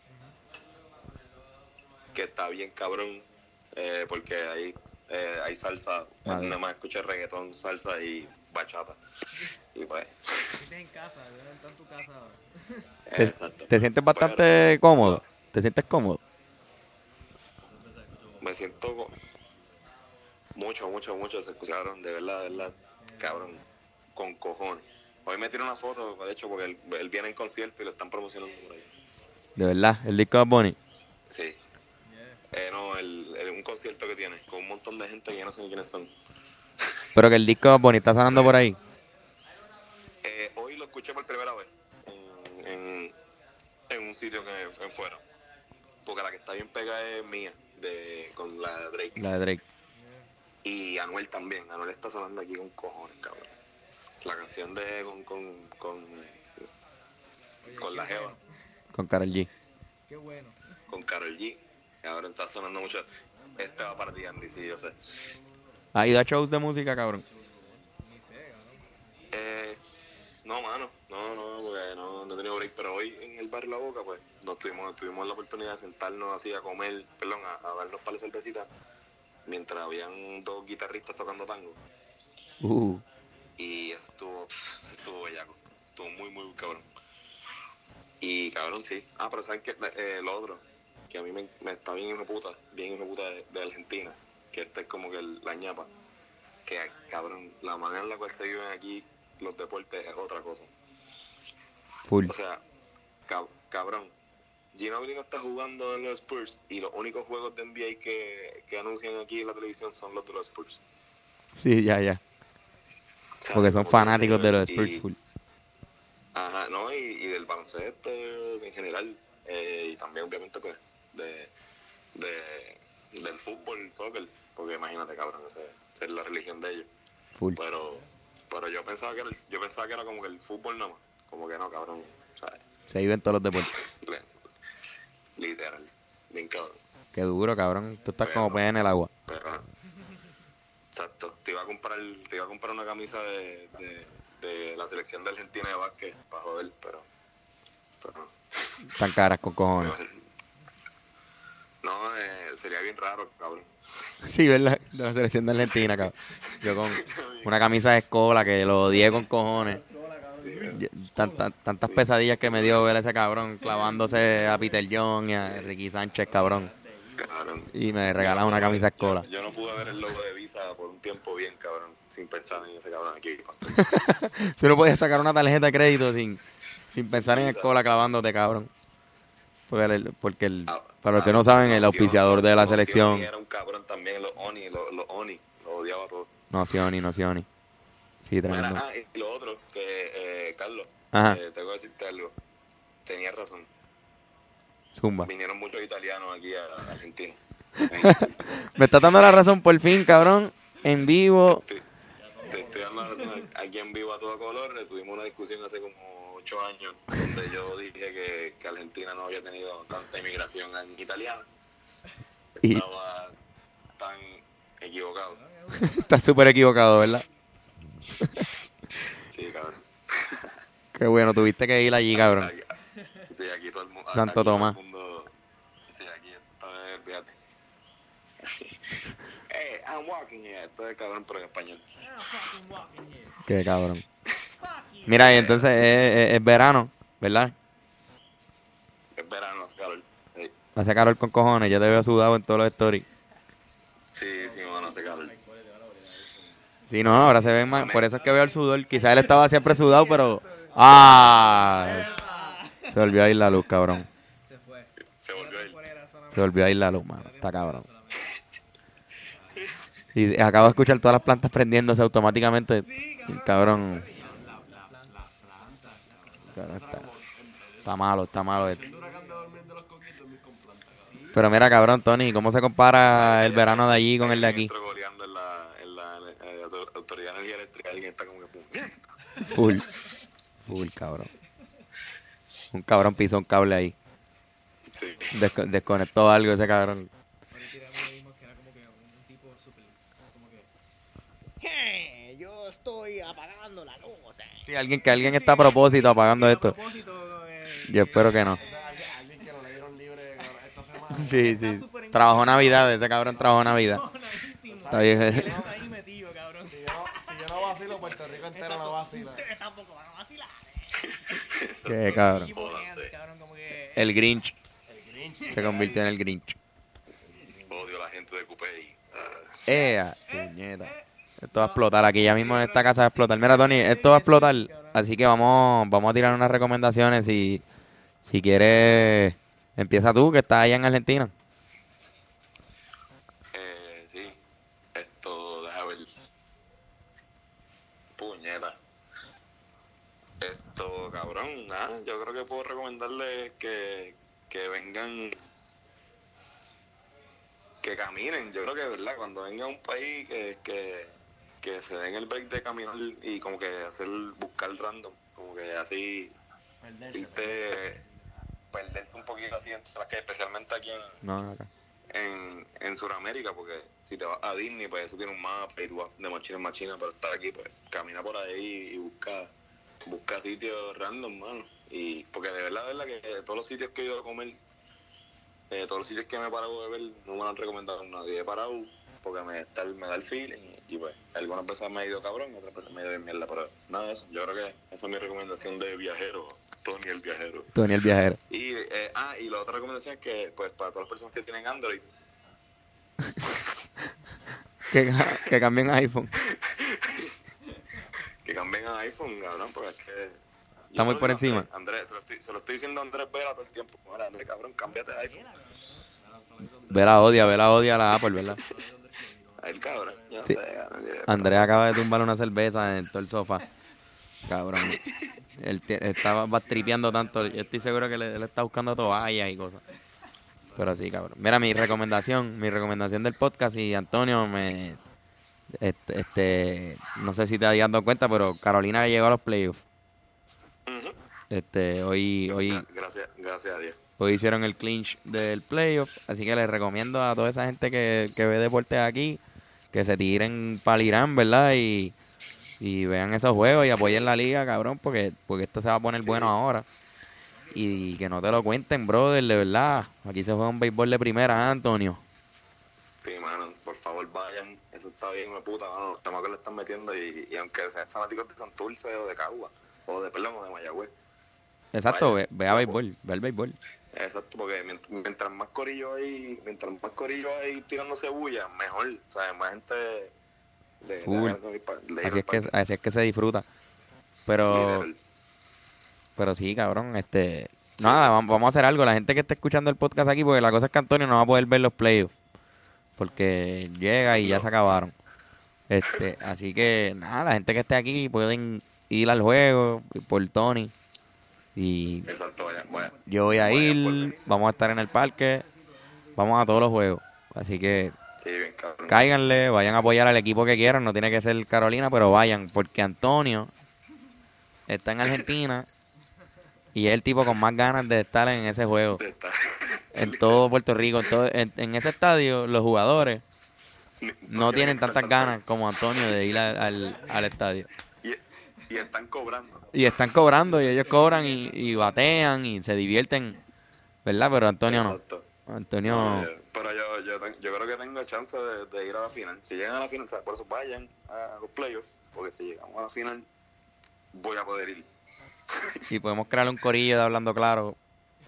que está bien cabrón, eh, porque ahí eh, hay salsa, Madre. nada más escuché reggaetón, salsa y bachata. Y pues, Estás en casa, no estás en tu casa ahora. ¿Te, exacto. te sientes bastante Pero, cómodo? ¿Te sientes cómodo? Me siento co- mucho, mucho, mucho, se escucharon, de verdad, de verdad, cabrón, con cojones. Hoy me tiré una foto, de hecho, porque él, él viene en concierto y lo están promocionando por ahí. De verdad, el disco de Bad Bunny. Sí. Eh, no, el, el- un concierto que tiene, con un montón de gente que ya no sé ni quiénes son. Pero que el disco de Bad Bunny está sonando por ahí. Eh, hoy lo escuché por primera vez en, en, en un sitio que en fuera. Porque la que está bien pegada es mía, de, con la de Drake. La de Drake. Y Anuel también. Anuel está sonando aquí con cojones, cabrón. La canción de con con con, con la Jeva, Con Karol G. Qué bueno. con Karol G. Y ahora está sonando mucho. Este va para ti, Andy, sí, yo sé. ¿Has ido a shows de música, cabrón? Eh, no, mano, no, no, porque no, no he tenido break, pero hoy en el barrio La Boca, pues, nos tuvimos, tuvimos la oportunidad de sentarnos así a comer, perdón, a, a darnos para la cervecita, mientras habían dos guitarristas tocando tango. Uh, Y eso estuvo, pff, estuvo bellaco, estuvo muy, muy cabrón. Y cabrón, sí. Ah, pero ¿saben qué? Eh, lo otro, que a mí me, me está bien hijo de puta, bien hijo de puta de, de Argentina, que este es como que el- la ñapa, que cabrón, la manera en la cual se viven aquí los deportes es otra cosa. full. O sea, cab- cabrón, Ginobili no está jugando en los Spurs y los únicos juegos de N B A que, que anuncian aquí en la televisión son los de los Spurs. Sí, ya, ya. O sea, Porque son como que fanáticos ese de los nivel. Spurs Y- full. Ajá, no, y, y del baloncesto en general, eh, y también obviamente pues de, de del fútbol, soccer, porque imagínate, cabrón, ese- esa es la religión de ellos. Full. Pero pero yo pensaba que era el- yo pensaba que era como que el fútbol nada más, como que no, cabrón, ¿sabes? Se viven todos los deportes. Le- literal, bien cabrón. Qué duro, cabrón. Tú estás Pero como no. pez en el agua. Pero, exacto, te iba a comprar te iba a comprar una camisa de, de, de la selección de Argentina de básquet para joder, pero, pero no. Tan caras con cojones. No, eh, sería bien raro, cabrón. Sí, ¿verdad? De la selección de Argentina, cabrón. Yo con una camisa de escola que lo odié con cojones. Yo- tan- tan- tantas pesadillas que me dio ver a ese cabrón clavándose a Peter John y a Ricky Sánchez, cabrón. Cabrón. Y me regalan una camisa de escola. Yo, yo no pude ver el logo de Visa por un tiempo bien, cabrón, sin pensar en ese cabrón aquí. Tú no puedes sacar una tarjeta de crédito sin, sin pensar en escola clavándote, cabrón. Porque, el, porque el, para los que no saben, el auspiciador de la selección... Era un cabrón también, los Oni, los, los Oni, los odiaba todos. No, Sioni, no, Sioni. Sí, tremendo. Mira, ah, y lo otro, que eh, Carlos, Ajá. eh, tengo que decirte algo. Tenías razón. Zumba. Vinieron muchos italianos aquí a Argentina. Me está dando la razón por fin, cabrón. En vivo. Te, te estoy dando la razón aquí en vivo a todo color. eh, Tuvimos una discusión hace como ocho años donde yo dije que, que Argentina no había tenido tanta inmigración italiana. Y Estaba tan equivocado. estás súper equivocado, ¿verdad? Sí, cabrón. Qué bueno, tuviste que ir allí, cabrón. Aquí- Sí, aquí todo el mundo. Santo aquí todo el Tomás. mundo- sí, aquí Eh, I'm walking here. Esto es cabrón, pero en español. Qué cabrón. Mira, y entonces es, es- es verano, ¿verdad? Es verano, calor. Sí, Hace calor con cojones, yo te veo sudado en todos los stories. sí, sí, mano, hace calor. Sí, no, ahora se ven más, por eso es que veo el sudor. Quizás él estaba siempre sudado, pero... ¡Ah! Se volvió a ir la luz, cabrón. Se volvió a ir. Se volvió a ir la luz, mano. Está cabrón. Y acabo de escuchar todas las plantas prendiéndose automáticamente. Cabrón. Cabrón, Está, está malo, está malo esto. Pero mira, cabrón, Tony, ¿cómo se compara el verano de allí con el de aquí? Trogoleando en la, en la eh, auto- Autoridad de Energía Eléctrica. Alguien está como que... pum. Full. Full, cabrón. Un cabrón pisó un cable ahí. Sí. Desco- desconectó algo ese cabrón. "Eh, Yo estoy apagando la luz. eh". Sí, alguien que alguien está a propósito apagando esto. Yo espero que no. Alguien que lo le dieron libre esta semana. Sí, sí. Trabajó Navidad, ese cabrón trabajó Navidad. Está bien. Si yo, si yo no vacilo, Puerto Rico entero no vacila. Ustedes tampoco van a vacilar. Qué cabrón. Jódanse, cabrón, como que... El Grinch. Se convirtió en el Grinch. Odio a la gente de Coupé y... ah, ¡Ea! Puñeta. Esto va a explotar. Aquí ya mismo en esta casa va a explotar. Mira, Tony, esto va a explotar. Así que vamos, vamos a tirar unas recomendaciones. Si, si quieres, empieza tú, que estás allá en Argentina. Eh, sí, esto, déjame ver. Puñeta. Esto, cabrón, nada, yo creo que puedo recomendarles que, que vengan, que caminen. Yo creo que, ¿verdad? Cuando vengan a un país, que, que, que se den el break de caminar y como que hacer, buscar random, como que así, irte, perderse un poquito así entre las calles, especialmente aquí en, No, no, acá. en, en Sudamérica, porque si te vas a Disney, pues eso tiene un mapa y tú vas de machina en machina, pero estar aquí, pues camina por ahí y busca, busca sitios random, mano. Y porque de verdad, de verdad que todos los sitios que he ido a comer, eh, todos los sitios que me he parado de ver, no me lo han recomendado a nadie. He parado porque me, está, me da el feeling y, y pues algunas veces me ha ido cabrón y otras veces me ha ido bien mierda, pero nada de eso. Yo creo que esa es mi recomendación de viajero, Tony el viajero. Tony el viajero. Y, eh, ah, y la otra recomendación es que, pues, para todas las personas que tienen Android, Que, ca- que cambien a iPhone. que cambien a iPhone, cabrón, porque es que... Está muy por encima. Andrés, Andrés, se, lo estoy, se lo estoy diciendo a Andrés Vela todo el tiempo. Mira, Andrés, cabrón, cámbiate de iPhone. Ve la odia, ve la odia a la Apple, ¿verdad? A él, cabrón, yo Sí. sé, cabrón, que- Andrés acaba de tumbar una cerveza en todo el sofá. Cabrón. Él ti- estaba va tripeando tanto. Yo estoy seguro que le, él está buscando toallas y cosas. Pero sí, cabrón. Mira, mi recomendación, mi recomendación del podcast, y Antonio, me este, este no sé si te habías dado cuenta, pero Carolina llegó a los playoffs. Ujú. Este, hoy, hoy, Gracias, gracias a Dios. hoy hicieron el clinch del playoff, así que les recomiendo a toda esa gente que, que ve deportes aquí, que se tiren para el Irán, ¿verdad? Y, y vean esos juegos y apoyen la liga, cabrón, porque, porque esto se va a poner bueno ahora. Y que no te lo cuenten, brother, de verdad. Aquí se juega un béisbol de primera, ¿eh, Antonio? Sí, mano, por favor vayan. Eso está bien, me puta, mano. Los temas que le están metiendo y, y aunque sean fanáticos de Santurce o de Cagua, o de, perdón, o de Mayagüez. Exacto, ve, Vayan. ve a béisbol, ve al béisbol. Exacto, porque mient- mientras más corillo hay, mientras más corillo hay tirándose bulla, mejor. O sea, más gente le, le Full. hagan el pa- le Así dieron es que, parte. así es que se disfruta. Pero, Literal. pero sí, cabrón, este... Nada, vam- vamos a hacer algo. La gente que esté escuchando el podcast aquí, porque la cosa es que Antonio no va a poder ver los playoffs. Porque llega y ya se acabaron. Este, así que, nada, la gente que esté aquí pueden ir al juego por Tony. Y Exacto, vaya, vaya. yo voy a Vayan por ir, mí. vamos a estar en el parque, vamos a todos los juegos. Así que Sí, bien cabrón. cáiganle, vayan a apoyar al equipo que quieran, no tiene que ser Carolina, pero vayan, porque Antonio está en Argentina y es el tipo con más ganas de estar en ese juego. Está- En todo Puerto Rico, en, todo- en, en ese estadio, los jugadores no tienen tantas ganas como Antonio de ir al, al, al estadio. Y, y están cobrando. Y están cobrando, y ellos cobran y, y batean y se divierten, ¿verdad? Pero Antonio no. Exacto. Antonio... No, yo- pero yo, yo, yo, ten- yo creo que tengo chance de, de ir a la final. Si llegan a la final, ¿sabes? Por eso vayan a los playoffs, porque si llegamos a la final, voy a poder ir. Y podemos crear un corillo de Hablando Claro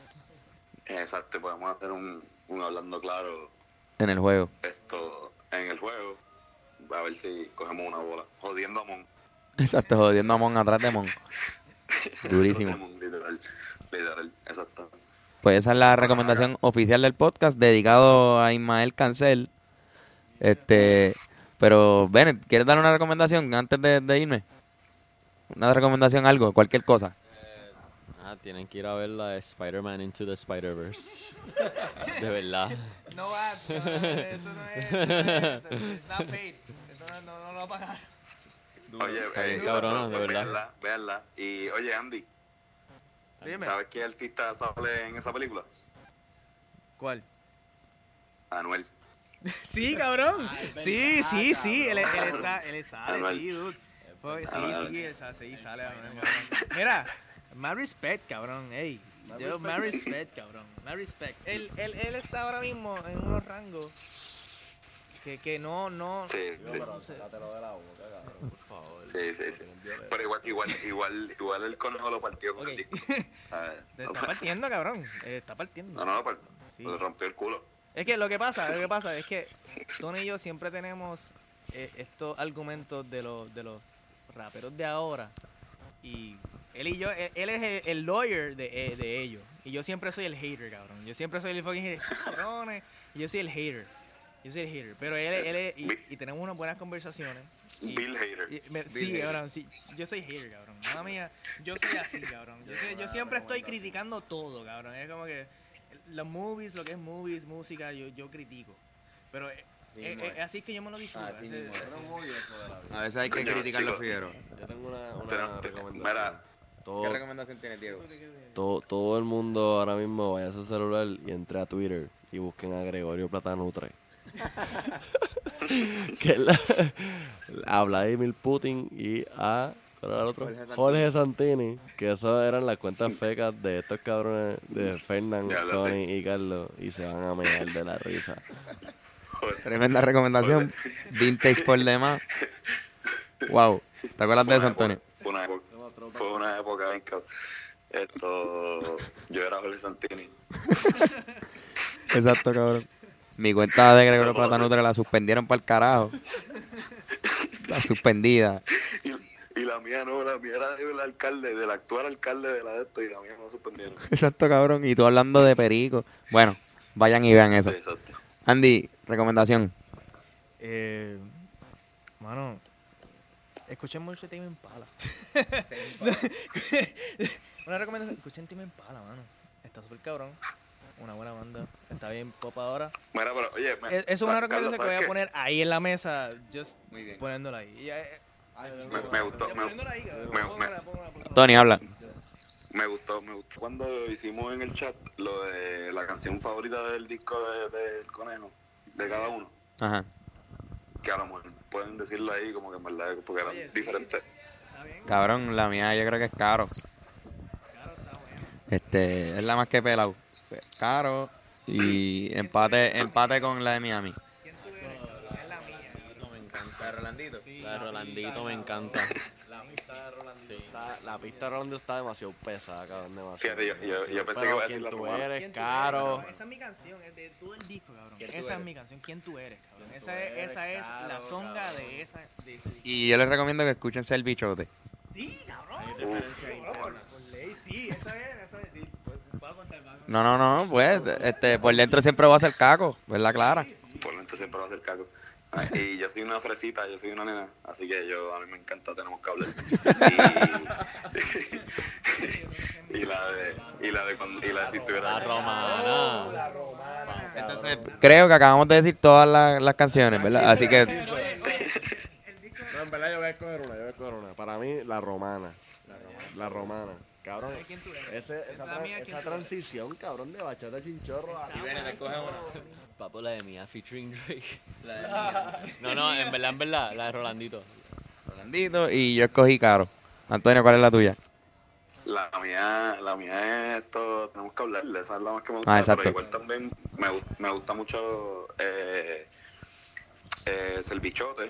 Exacto, podemos hacer un, un hablando claro en el juego. esto en el juego, a ver si cogemos una bola. Jodiendo a Mon. Exacto, jodiendo a Mon atrás de Mon. Durísimo. Jodiendo a Mon, literal, literal, exacto. Pues esa es la recomendación oficial del podcast dedicado a Ismael Cancel. Este, pero Bennett, ¿quieres dar una recomendación antes de, de irme? Una recomendación, algo, cualquier cosa. Ah, tienen que ir a ver la de Spider-Man Into the Spider-Verse. De verdad. No va, no, esto no es, esto no es, it's not paid. Esto no, no, no lo va a pagar. Oye, Está bien eh, cabrona, de pues, verdad. véanla, véanla. Y oye, Andy, Dime. ¿sabes qué artista sale en esa película? ¿Cuál? Anuel. Sí, cabrón. Sí, Ah, sí, sí. Él, él está, él sale, Anuel. sí, dude. Fue- sí, Anuel. sí, él sale, sí, sale. Anuel, cabrón. Mira, más respect, cabrón. Ey, yo, más respect, cabrón. Más respect. Él, él, él está ahora mismo en unos rangos que, que no, no. Sí, sí. no sé. Sí, sí, sí. Pero igual, igual, igual, igual el conejo lo partió con Ok. el disco. A ver, Te está partiendo, cabrón. Eh, Está partiendo. No, no, pero Sí. le rompió el culo. Es que lo que pasa, lo que pasa es que Tony y yo siempre tenemos eh, estos argumentos de los de los raperos de ahora y él y yo, él, él es el, el lawyer de, eh, de ellos y yo siempre soy el hater, cabrón. Yo siempre soy el fucking hater, estos cabrones, y yo soy el hater. Yo soy el hater, pero él, él es, y, y tenemos unas buenas conversaciones. Y- Bill Hater. y me- Bill sí, Hater. cabrón, sí. Yo soy hater, cabrón. Mamma mía, yo soy así, cabrón. Yo, soy- yo siempre estoy criticando todo, cabrón. Es como que los movies, lo que es movies, música, yo, yo critico. Pero eh, eh, eh, así es que yo me lo disfruto. Ese- ese- A veces hay que Coño, criticar los chicos. figueros. Yo tengo una, una Pero, recomendación. mira, Todo, ¿Qué recomendación tiene Diego? todo, todo el mundo ahora mismo vaya a su celular y entre a Twitter y busquen a Gregorio Platanutre. que es la, a Vladimir Putin y a ¿cuál era el otro? Jorge Santini. Jorge Santini, que eso eran las cuentas fecas de estos cabrones de Fernán, Ya lo Tony y Carlos y se van a mear de la risa. Tremenda recomendación. Vintage por demás. Wow. ¿Te acuerdas de eso, Antonio? Fue una época, fue una época bien cabrón. Esto, yo era Jorge Santini. Exacto, cabrón. Mi cuenta de Gregorio Platanutre la suspendieron para el carajo. La suspendida. Y, y la mía no, la mía era del alcalde, del actual alcalde de la de esto, y la mía no suspendieron. Exacto, cabrón. Y tú hablando de perico. Bueno, vayan y vean eso. Sí, exacto. Andy, recomendación. Eh, mano, escuchen mucho Tame Impala. Una recomendación, escuchen Tame Impala, mano. Está súper cabrón. Una buena banda. Está bien pop ahora. Mira, pero, oye, me- Es, es una Carlos, recomendación que voy ¿sabes a qué? poner ahí en la mesa, just Muy bien. poniéndola ahí. Y, eh, Me, me gustó, ya me, poniéndola ahí, cabrón. me- Póngala, póngala, por favor. Tony, habla. me gustó, me gustó cuando hicimos en el chat lo de la canción favorita del disco de, del conejo, de cada uno. Ajá. Que a lo mejor pueden decirlo ahí como que en verdad, porque eran Oye, sí. diferentes. Está bien, Cabrón, la mía yo creo que es caro. claro, está bueno. Este, es la más que pelado. Caro. Y empate, empate con la de Miami. ¿Quién tú eres? Es la mía. Me encanta. ¿La de Rolandito? La de Rolandito me encanta. La pista de Rolando está, la pista de Rolando está demasiado pesada, cabrón, demasiado. Fíjate, yo, yo, yo pensé que Pero iba a quien decir la tú romana. eres, ¿Quién tú caro. eres? No, esa es mi canción, es de todo el disco, cabrón. ¿Quién tú Esa es eres? mi canción, ¿Quién tú eres, cabrón? ¿Quién Esa tú es, eres, esa es la caro, zonga cabrón? de esa. De, Y yo les recomiendo que escuchen el bichote. sí, cabrón. Uf. Por, por ley, sí, esa es. Esa es y, pues, voy a contar, voy a contar. No, no, no, pues, este, por dentro siempre va a ser caco, ¿verdad, Clara? Por lo tanto siempre va a ser caco. Ah, y yo soy una fresita, yo soy una nena, así que yo a mí me encanta Tenemos que hablar. Y, y la de y la de cuando y la de si estuviera La romana. Entonces, creo que acabamos de decir todas las, las canciones, ¿verdad? Así que, No, en verdad yo voy a escoger una, yo voy a escoger una. Para mí, la romana. La romana. Cabrón, ¿Quién tú eres? ese, esa, La tra- mía, ¿quién esa tú eres? transición, cabrón, de bachata chinchorro a... Papo, la de Mia featuring Drake. La de Mia. No, no, en verdad, en verdad, la de Rolandito. Rolandito y yo escogí caro. Antonio, ¿cuál es la tuya? La mía, la mía es esto, tenemos que hablarle, esa es la más que me gusta, Ah, exacto. pero igual también me, gu- me gusta mucho eh, eh, Servichote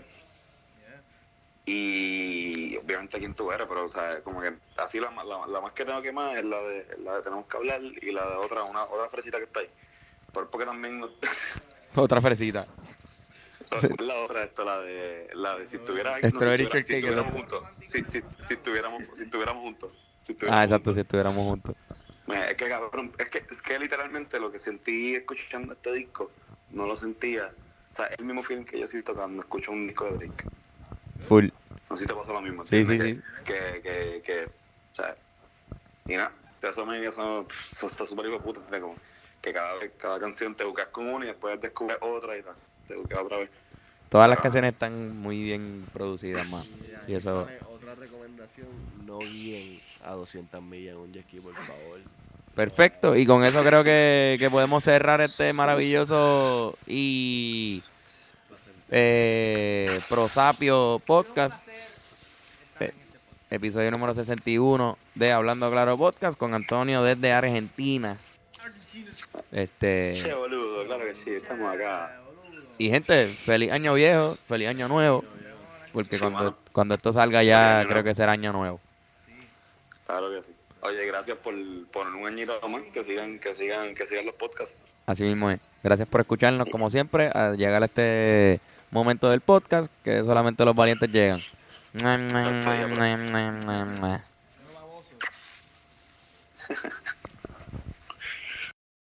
y obviamente Quien tú eres, pero o sea, como que así la, la, la más que tengo que más es la de, la de Tenemos que hablar y la de otra, una otra fresita que está ahí. Por- Porque también no- Otra fresita. la otra esta, la de la de si estuviera no, si, Strawberry estuviera, si shortcake, estuviéramos el juntos, si, si, si estuviéramos, si estuviéramos juntos, si Ah, estuviéramos exacto, juntos. si estuviéramos juntos. Mira, Es que, cabrón, es que, es que literalmente lo que sentí escuchando este disco, no lo sentía. O sea, es el mismo feeling que yo siento cuando escucho un disco de Drake. Full. No sé si te pasa lo mismo, Sí, ¿entiendes? sí, que, Que, que, que, o sea, y nada, eso me eso, eso está súper hijo de puta, ¿entiendes? Como que cada vez, cada canción te buscas con una y después descubres otra y tal, te buscas otra vez. Todas las Pero, canciones están muy bien producidas, man. Y eso... Sale otra recomendación, no guíen a doscientas millas en un jet ski, por favor. Perfecto, y con eso creo que, que podemos cerrar este maravilloso y eh, prosapio podcast, eh, episodio número sesenta y uno de Hablando Claro Podcast con Antonio desde Argentina. Este Che, boludo, claro que sí, estamos acá. y gente, feliz año viejo, feliz año nuevo, porque Sí, cuando, mano. cuando esto salga Feliz ya año creo nuevo. que será año nuevo. Claro que sí. Oye, gracias por poner un añito más, que sigan, que sigan, que sigan los podcasts. Así mismo es. Gracias por escucharnos como siempre, a llegar a este momento del podcast que solamente los valientes llegan. Exacto, ya, bro.